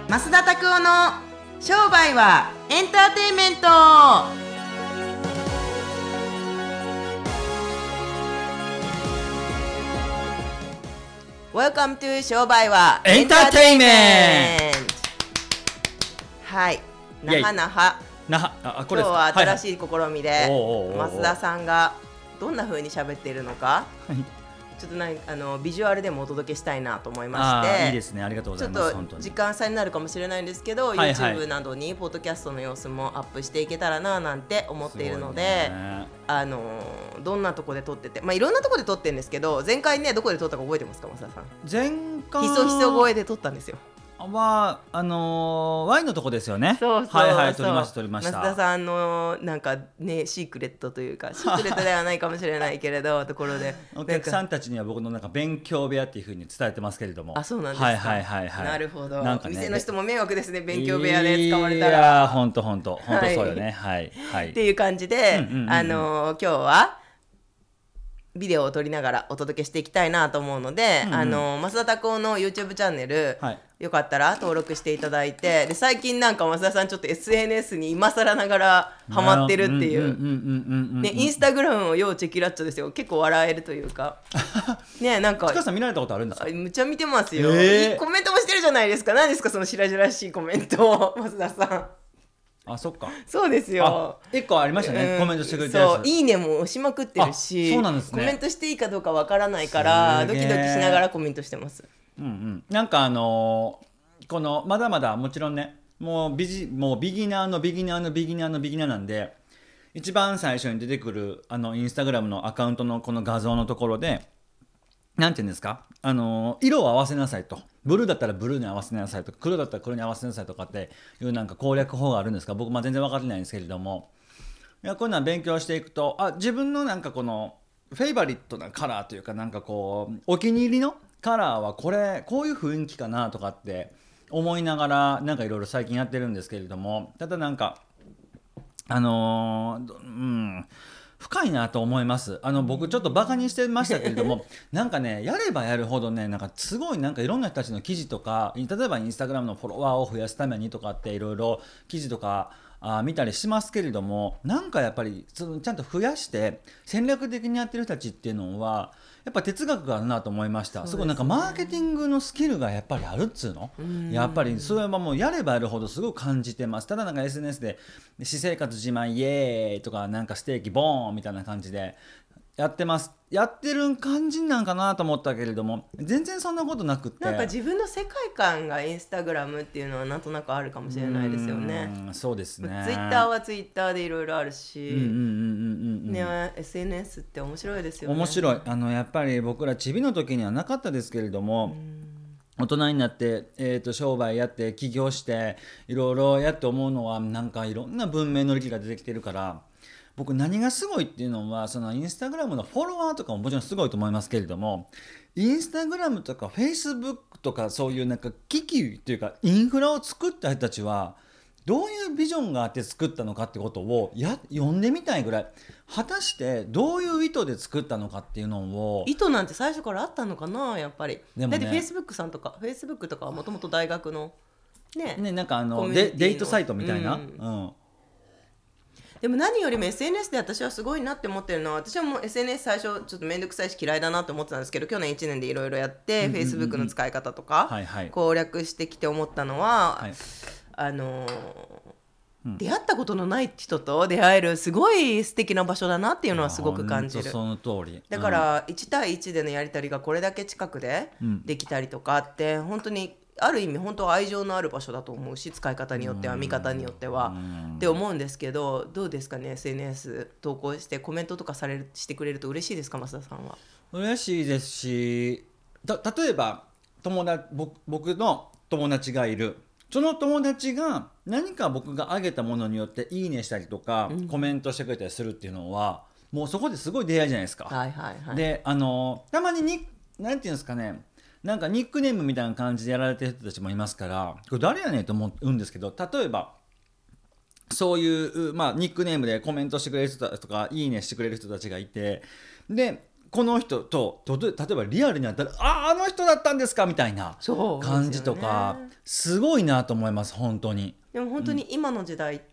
増田拓夫の商売はエンターテインメント。Welcome to 商売はエンターテインメント。 はい、那覇これです今日は新しい試みで、 はい、 増田さんがどんな風に喋っているのか、 はい、 ちょっとビジュアルでもお届けしたいなと思いまして。 いいですね、ありがとうございます。 ちょっと時間差になるかもしれないんですけど、 はいはい、 YouTube などにポッドキャストの様子もアップしていけたらななんて思っているので、どんなとこで撮ってて、いろんなとこで撮ってるんですけど、前回ねどこで撮ったか覚えてますか、増田さん。 前回ひそひそ声で撮ったんですよ。 はワインのとこですよね。 そうはいはい、撮りました増田さんのなんかねシークレットというか、シークレットではないかもしれないけれどところでお客さんたちには僕のなんか勉強部屋っていう風に伝えてますけれども。 あ、そうなんですか。 はい、 なるほど、 なんかね、 店の人も迷惑ですね、勉強部屋で使われたら。 いやほんとそうよね。はいっていう感じで、今日はビデオを撮りながらお届けしていきたいなと思うので、増田拓夫の YouTube チャンネル、はい、よかったら登録していただいて、で最近なんか増田さんちょっと SNS に今更ながらハマってるっていうね、インスタグラムを要チェキラッチョですよ。結構笑えるというかね、なんか塚さん見られたことあるんですか。 むちゃ見てますよ、いいコメントもしてるじゃないですか。何ですかその白々しいコメント増田さん。 あ、そっか。 そうですよ。 1個ありましたね、コメントしてくれてるやつ。 そう、いいねも押しまくってるし、 そうなんですね、 コメントしていいかどうかわからないからドキドキしながらコメントしてます。 なんかこのまだまだもちろんね、もうビギナーのビギナーなんで、一番最初に出てくるインスタグラムのアカウントのこの画像のところで、なんていうんですか、色を合わせなさいと、ブルーだったらブルーに合わせなさいとか、黒だったら黒に合わせなさいとかっていうなんか攻略法があるんですか。僕全然分かってないんですけれども、いやこういうのは勉強していくと、自分のなんかこのフェイバリットなカラーというか、なんかこうお気に入りのカラーはこういう雰囲気かなとかって思いながら、なんかいろいろ最近やってるんですけれども、ただなんか深いなと思います。僕ちょっとバカにしてましたけれどもなんかね、やればやるほどね、なんかすごいなんかいろんな人たちの記事とか、例えばインスタグラムのフォロワーを増やすためにとかっていろいろ記事とか見たりしますけれども、なんかやっぱりちゃんと増やして戦略的にやってる人たちっていうのはやっぱ哲学があるなと思いました。すごいなんかマーケティングのスキルがやっぱりあるっつうの、やっぱりそれはもうやればやるほどすごく感じてます。ただなんか SNS で私生活自慢イエーイとか、なんかステーキボーンみたいな感じでやってる感じなんかなと思ったけれども、全然そんなことなくって、 なんか自分の世界観がインスタグラムっていうのはなんとなくあるかもしれないですよね。 そうですね。 ツイッターはツイッターでいろいろあるし、SNS って面白いですよね。 面白い。やっぱり僕らチビの時にはなかったですけれども、大人になって、商売やって起業していろいろやって思うのは、なんかいろんな文明の利器が出てきてるから、僕何がすごいっていうのは、そのインスタグラムのフォロワーとかももちろんすごいと思いますけれども、インスタグラムとかフェイスブックとかそういうなんか機器っていうかインフラを作った人たちはどういうビジョンがあって作ったのかってことを読んでみたいぐらい、果たしてどういう意図で作ったのかっていうのを。 意図なんて最初からあったのかな、やっぱり。 でもね、 だってフェイスブックさんとかフェイスブックとかはもともと大学のねなんかデートサイトみたいな、 でも何よりも SNS で私はすごいなって思ってるのは、私はもう SNS 最初ちょっと面倒くさいし嫌いだなと思ってたんですけど、去年1年でいろいろやって Facebook の使い方とか攻略してきて思ったのは、出会ったことのない人と出会えるすごい素敵な場所だなっていうのはすごく感じる。 その通り。 だから1対1でのやり取りがこれだけ近くでできたりとかって本当にある意味本当は愛情のある場所だと思うし、使い方によっては見方によってはって思うんですけど、どうですかね、 SNS 投稿してコメントとかしてくれると嬉しいですか、増田さんは。 嬉しいですし、例えば僕の友達がいる、その友達が何か僕が挙げたものによっていいねしたりとか、コメントしてくれたりするっていうのはもうそこですごい出会いじゃないですか。でたまになんていうんですかね、なんかニックネームみたいな感じでやられてる人たちもいますから、これ誰やねんと思うんですけど、例えばそういう、ニックネームでコメントしてくれる人とかいいねしてくれる人たちがいて、でこの人と例えばリアルにあったらあの人だったんですかみたいな感じとか すごいなと思います本当に。 でも本当に今の時代って、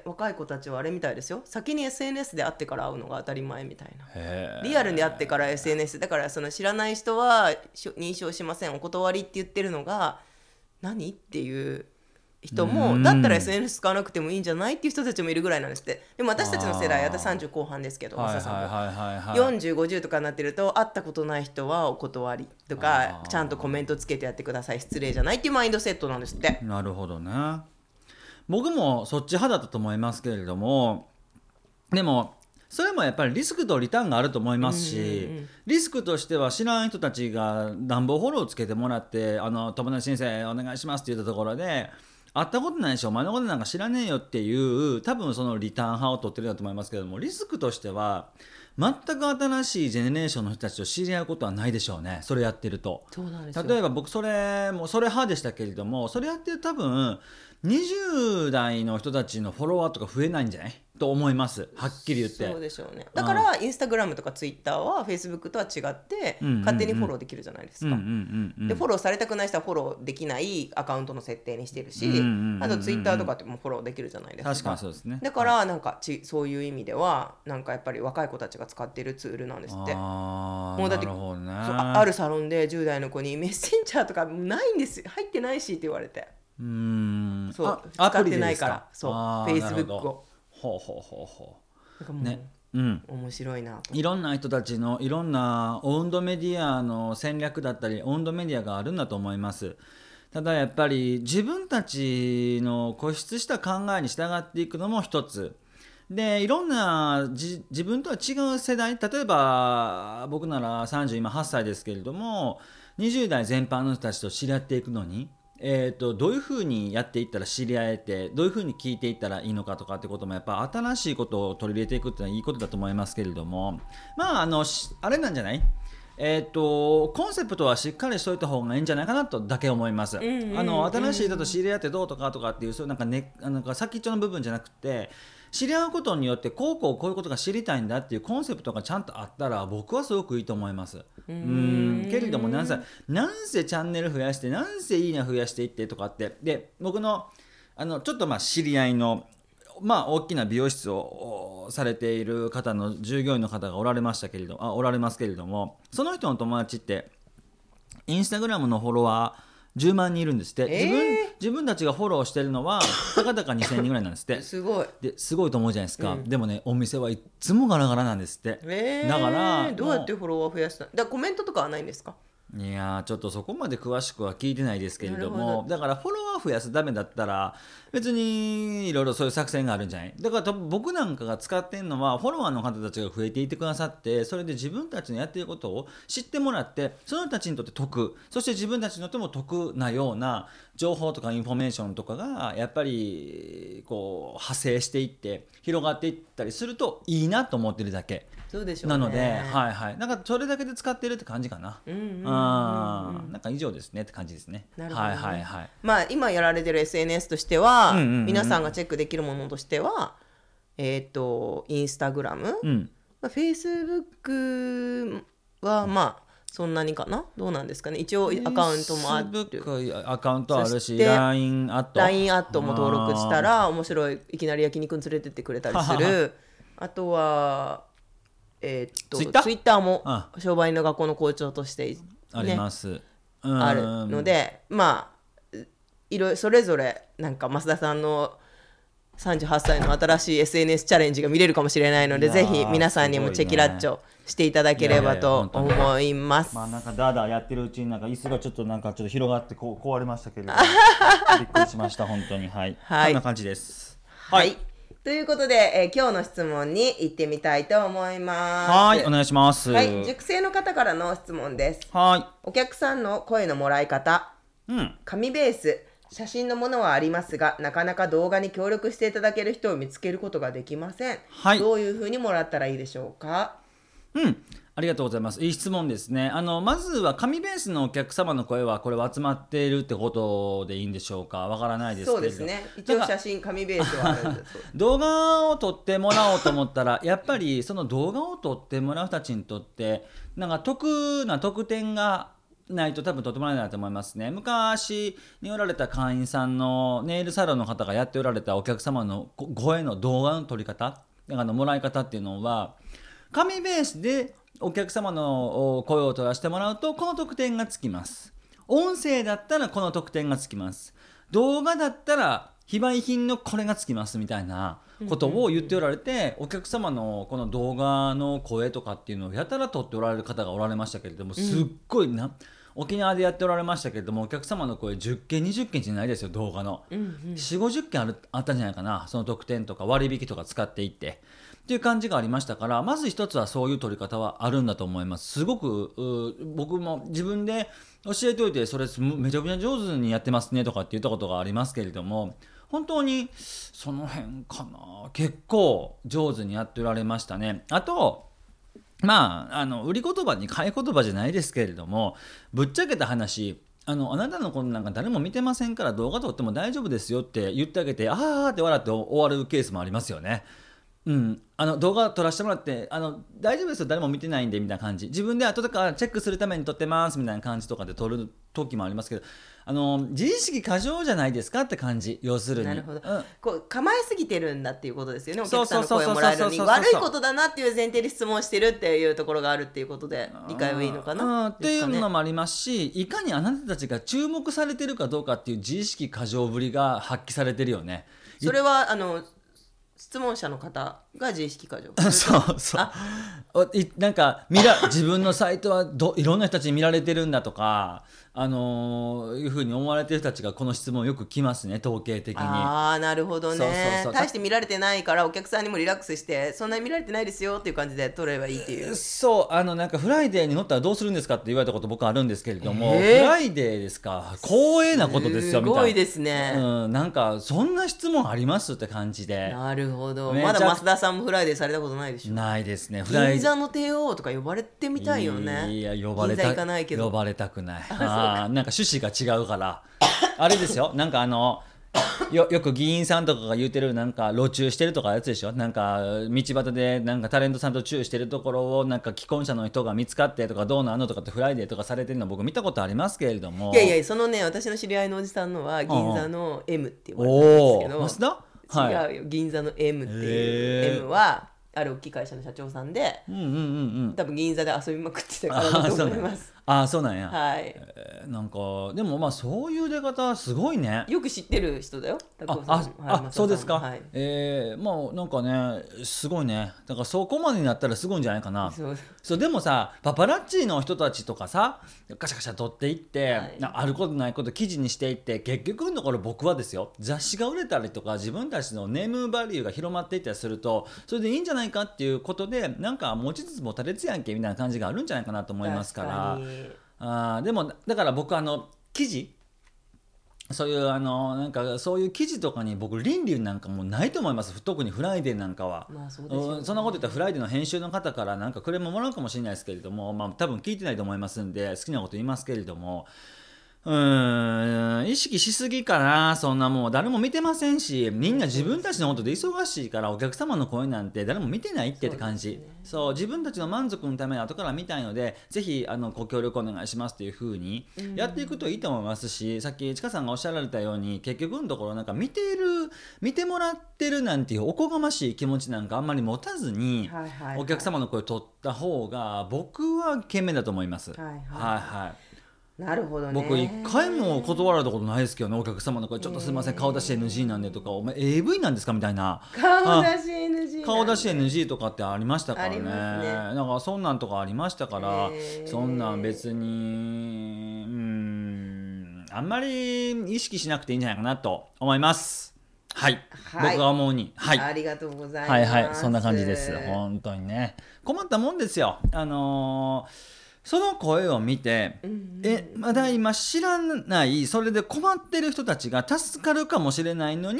若い子たちはあれみたいですよ、先に SNS で会ってから会うのが当たり前みたいな。リアルに会ってから SNS だから、その知らない人は認証しません、お断りって言ってるのが何っていう人も、だったら SNS 使わなくてもいいんじゃないっていう人たちもいるぐらいなんですって。でも私たちの世代、私30後半ですけど、マサさんも40、50とかになってると、会ったことない人はお断りとか、ちゃんとコメントつけてやってください、失礼じゃないっていうマインドセットなんですって。 なるほどね。僕もそっち派だったと思いますけれども、でもそれもやっぱりリスクとリターンがあると思いますし、リスクとしては知らん人たちがなんぼフォローつけてもらって、友達申請お願いしますって言ったところで、会ったことないしお前のことなんか知らねえよっていう、多分そのリターン派を取ってるんだと思いますけれども、リスクとしては全く新しいジェネレーションの人たちと知り合うことはないでしょうね、それやってると。 そうなんですよ。 例えば僕それ派でしたけれども、それやってる多分20代の人たちのフォロワーとか増えないんじゃないと思います、はっきり言って。 そうでしょうね。だからインスタグラムとかツイッターはフェイスブックとは違って勝手にフォローできるじゃないですか。でフォローされたくない人はフォローできないアカウントの設定にしてるし、あとツイッターとかってもフォローできるじゃないですか。 確かにそうですね。 だからなんかそういう意味ではなんかやっぱり若い子たちが使ってるツールなんですって。もうだってあるサロンで10代の子にメッセンジャーとかないんですよ、入ってないしって言われて。そう使ってないから、そうフェイスブックを。 ほうほうほうほう。なんかもう、 ね、 面白いなと。 いろんな人たちのいろんなオウンドメディアの戦略だったり、オウンドメディアがあるんだと思います。ただやっぱり自分たちの固執した考えに従っていくのも一つで、いろんな自分とは違う世代、例えば僕なら38歳ですけれども、20代全般の人たちと知り合っていくのに、どういうふうにやっていったら知り合えて、どういうふうに聞いていったらいいのかとかってことも、やっぱ新しいことを取り入れていくっていうのはいいことだと思いますけれども、まああれなんじゃない？コンセプトはしっかりしといた方がいいんじゃないかなとだけ思います。新しい人と知り合ってどうとかっていう、そうなんか先っちょの部分じゃなくて、知り合うことによってこういうことが知りたいんだっていうコンセプトがちゃんとあったら、僕はすごくいいと思います。けれどもなんせチャンネル増やして、なんせいいね増やしていってとかって、で僕のちょっと知り合いの大きな美容室をされている方の従業員の方がおられますけれども、その人の友達ってインスタグラムのフォロワー10万人いるんですって。自分たちがフォローしてるのはたかだか2000人ぐらいなんですってすごいですごいと思うじゃないですか、でもね、お店はいつもガラガラなんですって。だからどうやってフォロワー増やしたの？だからコメントとかはないんですか？ いやちょっとそこまで詳しくは聞いてないですけれども、だからフォロワー増やすためだったら別にいろいろそういう作戦があるんじゃない。だから僕なんかが使ってるのは、フォロワーの方たちが増えていてくださって、それで自分たちのやっていることを知ってもらって、その人たちにとって得、そして自分たちにとっても得なような情報とかインフォメーションとかがやっぱりこう派生していって広がっていったりするといいなと思ってるだけ。 そうでしょうね。 なので、なんかそれだけで使ってるって感じかな。なんか以上ですねって感じですね。 なるほどね。今やられてる SNS としては、皆さんがチェックできるものとしては、インスタグラム、フェイスブックはそんなにかな、どうなんですかね。一応アカウントもある。 アカウントあるし、LINE アットも登録したら面白い、いきなり焼肉に連れてってくれたりする。あとはツイッターも商売の学校の校長として、 あります、 あるので、いろいろそれぞれなんか増田さんの38歳の新しい SNS チャレンジが見れるかもしれないので、ぜひ皆さんにもチェキラッチョしていただければと思います。 なんかダーダーやってるうちになんか椅子がちょっと広がって壊れましたけれどもびっくりしました本当に。はい、こんな感じです。 はい、ということで、今日の質問に行ってみたいと思います。 はい、お願いします。 塾生の方からの質問です。 はい。 お客さんの声のもらい方、紙ベース、写真のものはありますが、なかなか動画に協力していただける人を見つけることができません。どういうふうにもらったらいいでしょうか？ あありがとうございます。いい質問ですね。まずは紙ベースのお客様の声はこれは集まっているってことでいいんでしょうか。わからないですけれど。 そうですね。一応写真紙ベースはあるんです動画を撮ってもらおうと思ったらやっぱりその動画を撮ってもらう人たちにとってなんか特典がないと多分撮ってもらえないと思いますね。昔におられた会員さんのネイルサロンの方がやっておられたお客様の声の動画の撮り方もらい方っていうのは紙ベースでお客様の声を取らせてもらうとこの特典がつきます。音声だったらこの特典がつきます。動画だったら非売品のこれがつきますみたいなことを言っておられて、お客様のこの動画の声とかっていうのをやたら取っておられる方がおられましたけれども、すっごい沖縄でやっておられましたけれども、お客様の声10件20件じゃないですよ。動画の、4、50件あったんじゃないかな。その特典とか割引とか使っていってっていう感じがありましたから、まず一つはそういう取り方はあるんだと思います。すごく僕も自分で教えておいてそれめちゃくちゃ上手にやってますねとかって言ったことがありますけれども、本当にその辺かな、結構上手にやっておられましたね。あと売り言葉に買い言葉じゃないですけれども、ぶっちゃけた話あなたのことなんか誰も見てませんから動画撮っても大丈夫ですよって言ってあげて、あーって笑って終わるケースもありますよね。動画撮らせてもらって大丈夫ですよ誰も見てないんでみたいな感じ、自分で後からチェックするために撮ってますみたいな感じとかで撮る時もありますけど、自意識過剰じゃないですかって感じ。要するになるほど、こう構えすぎてるんだっていうことですよね。お客さんの声をもらえるのに悪いことだなっていう前提で質問してるっていうところがあるっていうことで理解はいいのかな、 っていうのもありますし、いかにあなたたちが注目されてるかどうかっていう自意識過剰ぶりが発揮されてるよね。 それは質問者の方が自意識過剰そうなんか自分のサイトはいろんな人たちに見られてるんだとかいうふうに思われてる人たちがこの質問よく来ますね、統計的に。 ああなるほどね。大して見られてないからお客さんにもリラックスしてそんなに見られてないですよっていう感じで取ればいいっていう。 そうなんかフライデーに乗ったらどうするんですかって言われたこと僕あるんですけれども、フライデーですか、光栄なことですよみたいな。 すごいですね、 なんかそんな質問ありますって感じで。 なるほど。まだ増田さんもフライデーされたことないでしょ。 ないですね。 銀座の帝王とか呼ばれてみたいよね。 いや呼ばれたくない。なんか趣旨が違うからあれですよ。なんかよく議員さんとかが言ってるなんか路駐してるとかやつでしょ。なんか道端でなんかタレントさんとチューしてるところをなんか既婚者の人が見つかってとかどうなのとかってフライデーとかされてるの僕見たことありますけれども、 いやそのね私の知り合いのおじさんのは銀座の M って呼ばれてるんですけど、 増田違うよ、銀座の M っていう M はある大きい会社の社長さんで、多分銀座で遊びまくってたからだと思います。 そうなんや。はい。なんかでもそういう出方すごいね。 よく知ってる人だよ。 そうですか。なんかねすごいね。だからそこまでになったらすごいんじゃないかな。そうでもさパパラッチの人たちとかさガシャガシャ撮っていって、あることないこと記事にしていって結局のところ僕はですよ、雑誌が売れたりとか自分たちのネームバリューが広まっていったりするとそれでいいんじゃないかっていうことでなんか持ちつつ持たれつやんけみたいな感じがあるんじゃないかなと思いますから。でもだから僕記事そういうなんかそういう記事とかに僕倫理なんかもうないと思います。特にフライデーなんかは、そんなこと言ったらフライデーの編集の方からなんかクレームもらうかもしれないですけれども、多分聞いてないと思いますんで好きなこと言いますけれども、意識しすぎかな。そんなもう誰も見てませんし、みんな自分たちのことで忙しいからお客様の声なんて誰も見てないって感じ。そう自分たちの満足のために後から見たいのでぜひご協力お願いしますっていう風にやっていくといいと思いますし、さっきちかさんがおっしゃられたように結局のところなんか見てもらってるなんていうおこがましい気持ちなんかあんまり持たずに、お客様の声を取った方が僕は賢明だと思います。 なるほどね。 僕一回も断られたことないですけどね、お客様の声ちょっとすいません顔出し NG なんでとか、お前 AV なんですかみたいな顔出し NG 顔出し NG とかってありましたからね。なんかそんなんとかありましたから、そんなん別にあんまり意識しなくていいんじゃないかなと思います。僕が思うにありがとうございます。 そんな感じです。本当にね困ったもんですよ。その声を見て、今知らないそれで困ってる人たちが助かるかもしれないのに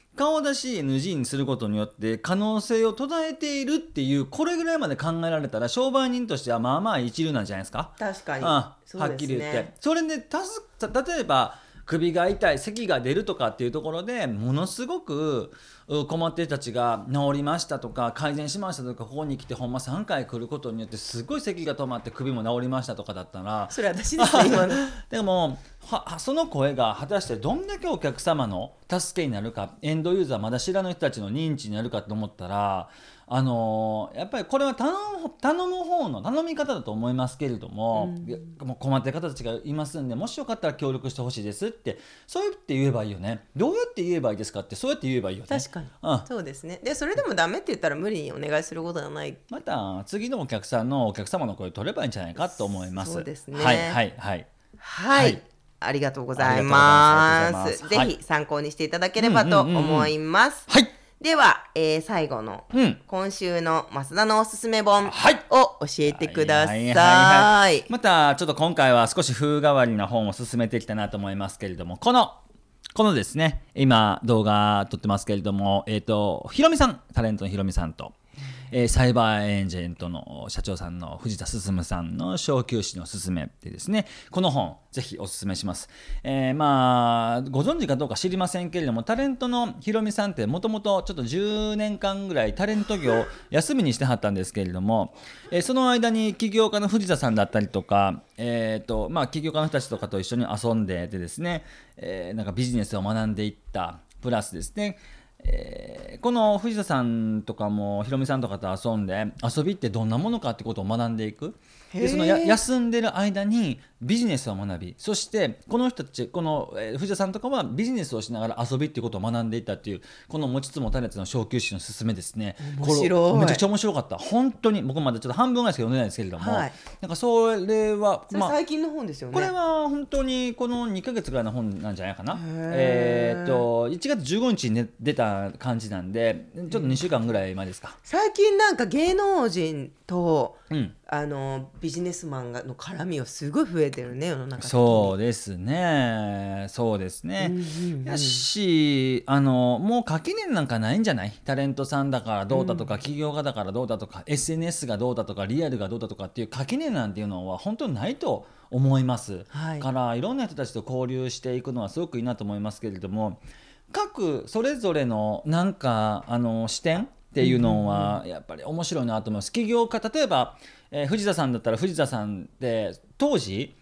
顔出し NG にすることによって可能性を途絶えているっていう、これぐらいまで考えられたら商売人としてはまあまあ一流なんじゃないですか。 確かに、 はっきり言って、それで例えば首が痛い、咳が出るとかっていうところでものすごく困ってる人たちが治りましたとか改善しましたとか、ここに来てほんま3回来ることによってすごい咳が止まって首も治りましたとかだったら、 それ私ですね今のでもその声が果たしてどんだけお客様の助けになるか、エンドユーザーまだ知らない人たちの認知になるかと思ったら、やっぱりこれは頼む方の頼み方だと思いますけれども、もう困ってる方たちがいますんで、もしよかったら協力してほしいですって、そうやって言えばいいよね。どうやって言えばいいですかって、そうやって言えばいいよね。 確かに、そうですね。でそれでもダメって言ったら無理にお願いすることはない。 また次のお客様の声取ればいいんじゃないかと思います。 そうですね。 はいはいはい、 はい、ありがとうございます。ぜひ参考にしていただければと思います。 はい、 では、最後の、今週の増田のおすすめ本を教えてください。 またちょっと今回は少し風変わりな本を進めてきたなと思いますけれども、このですね、今動画撮ってますけれども、ひろみさん、タレントのひろみさんと、サイバーエージェントの社長さんの藤田進さんの小休止のすすめってですね、この本ぜひおすすめします。まあご存知かどうか知りませんけれども、タレントのひろみさんってもともとちょっと10年間ぐらいタレント業を休みにしてはったんですけれども、その間に起業家の藤田さんだったりとか、起業家の人たちとかと一緒に遊んでですね、なんかビジネスを学んでいったプラスですね、この藤田さんとかもひろみさんとかと遊んで、遊びってどんなものかってことを学んでいく。でその休んでる間にビジネスを学び、そしてこの人たち、藤田さんとかはビジネスをしながら遊びっていうことを学んでいったっていう、この持ちつ持たれつの小休止のすすめですね。 面白い。 めちゃくちゃ面白かった。本当に僕まだちょっと半分ぐらいしか読んでないですけれども、なんかそれは最近の本ですよね。 これは本当にこの2ヶ月ぐらいの本なんじゃないかな。1月15日に出た感じなんで、ちょっと2週間ぐらい前ですか。 最近なんか芸能人と、ビジネスマンの絡みはすごい増えてるね、世の中的に。 そうですね、そうですね。やし、もう垣根なんかないんじゃない。タレントさんだからどうだとか、起業家だからどうだとか、SNS がどうだとか、リアルがどうだとかっていう垣根なんていうのは本当にないと思います。からいろんな人たちと交流していくのはすごくいいなと思いますけれども、各それぞれのなんか視点っていうのはやっぱり面白いなと思います。起業家、例えば、藤田さんだったら、藤田さんって当時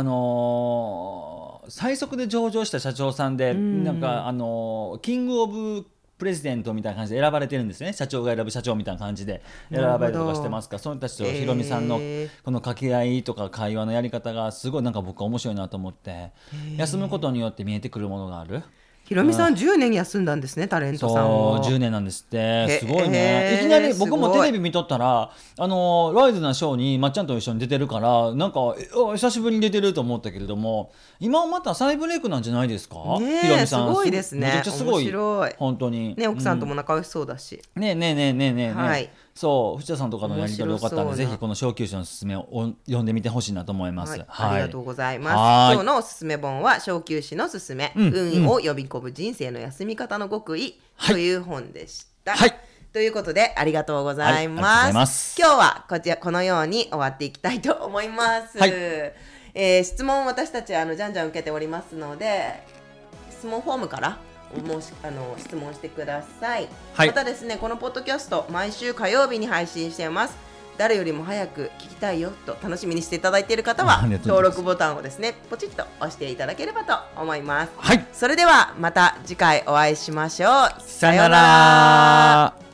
最速で上場した社長さんで、なんかキングオブプレジデントみたいな感じで選ばれてるんですね。社長が選ぶ社長みたいな感じで選ばれたりとかしてますから、その人たちとひろみさんのこの掛け合いとか会話のやり方がすごいなんか僕は面白いなと思って、休むことによって見えてくるものがある。 ひろみさん10年休んだんですね、タレントさんを。 そう10年なんですって。すごいね。いきなり僕もテレビ見とったらライズなショーにまっちゃんと一緒に出てるから、なんか久しぶりに出てると思ったけれども、今また再ブレイクなんじゃないですか。ひろみさんすごいですね。 めちゃくちゃすごい。 面白い本当にね、奥さんとも仲良しそうだし、 はい、そう藤田さんとかのやり取りよかったので、ぜひこの小休止のすすめを読んでみてほしいなと思います。 ありがとうございます。今日のおすすめ本は小休止のすすめ、運を呼び込む人生の休み方の極意という本でした。ということでありがとうございます。今日はこのように終わっていきたいと思います。質問を私たちじゃんじゃん受けておりますので、質問フォームから質問してください。またですね、このポッドキャスト毎週火曜日に配信しています。誰よりも早く聞きたいよと楽しみにしていただいている方は登録ボタンをですねポチッと押していただければと思います。それではまた次回お会いしましょう。 さよなら。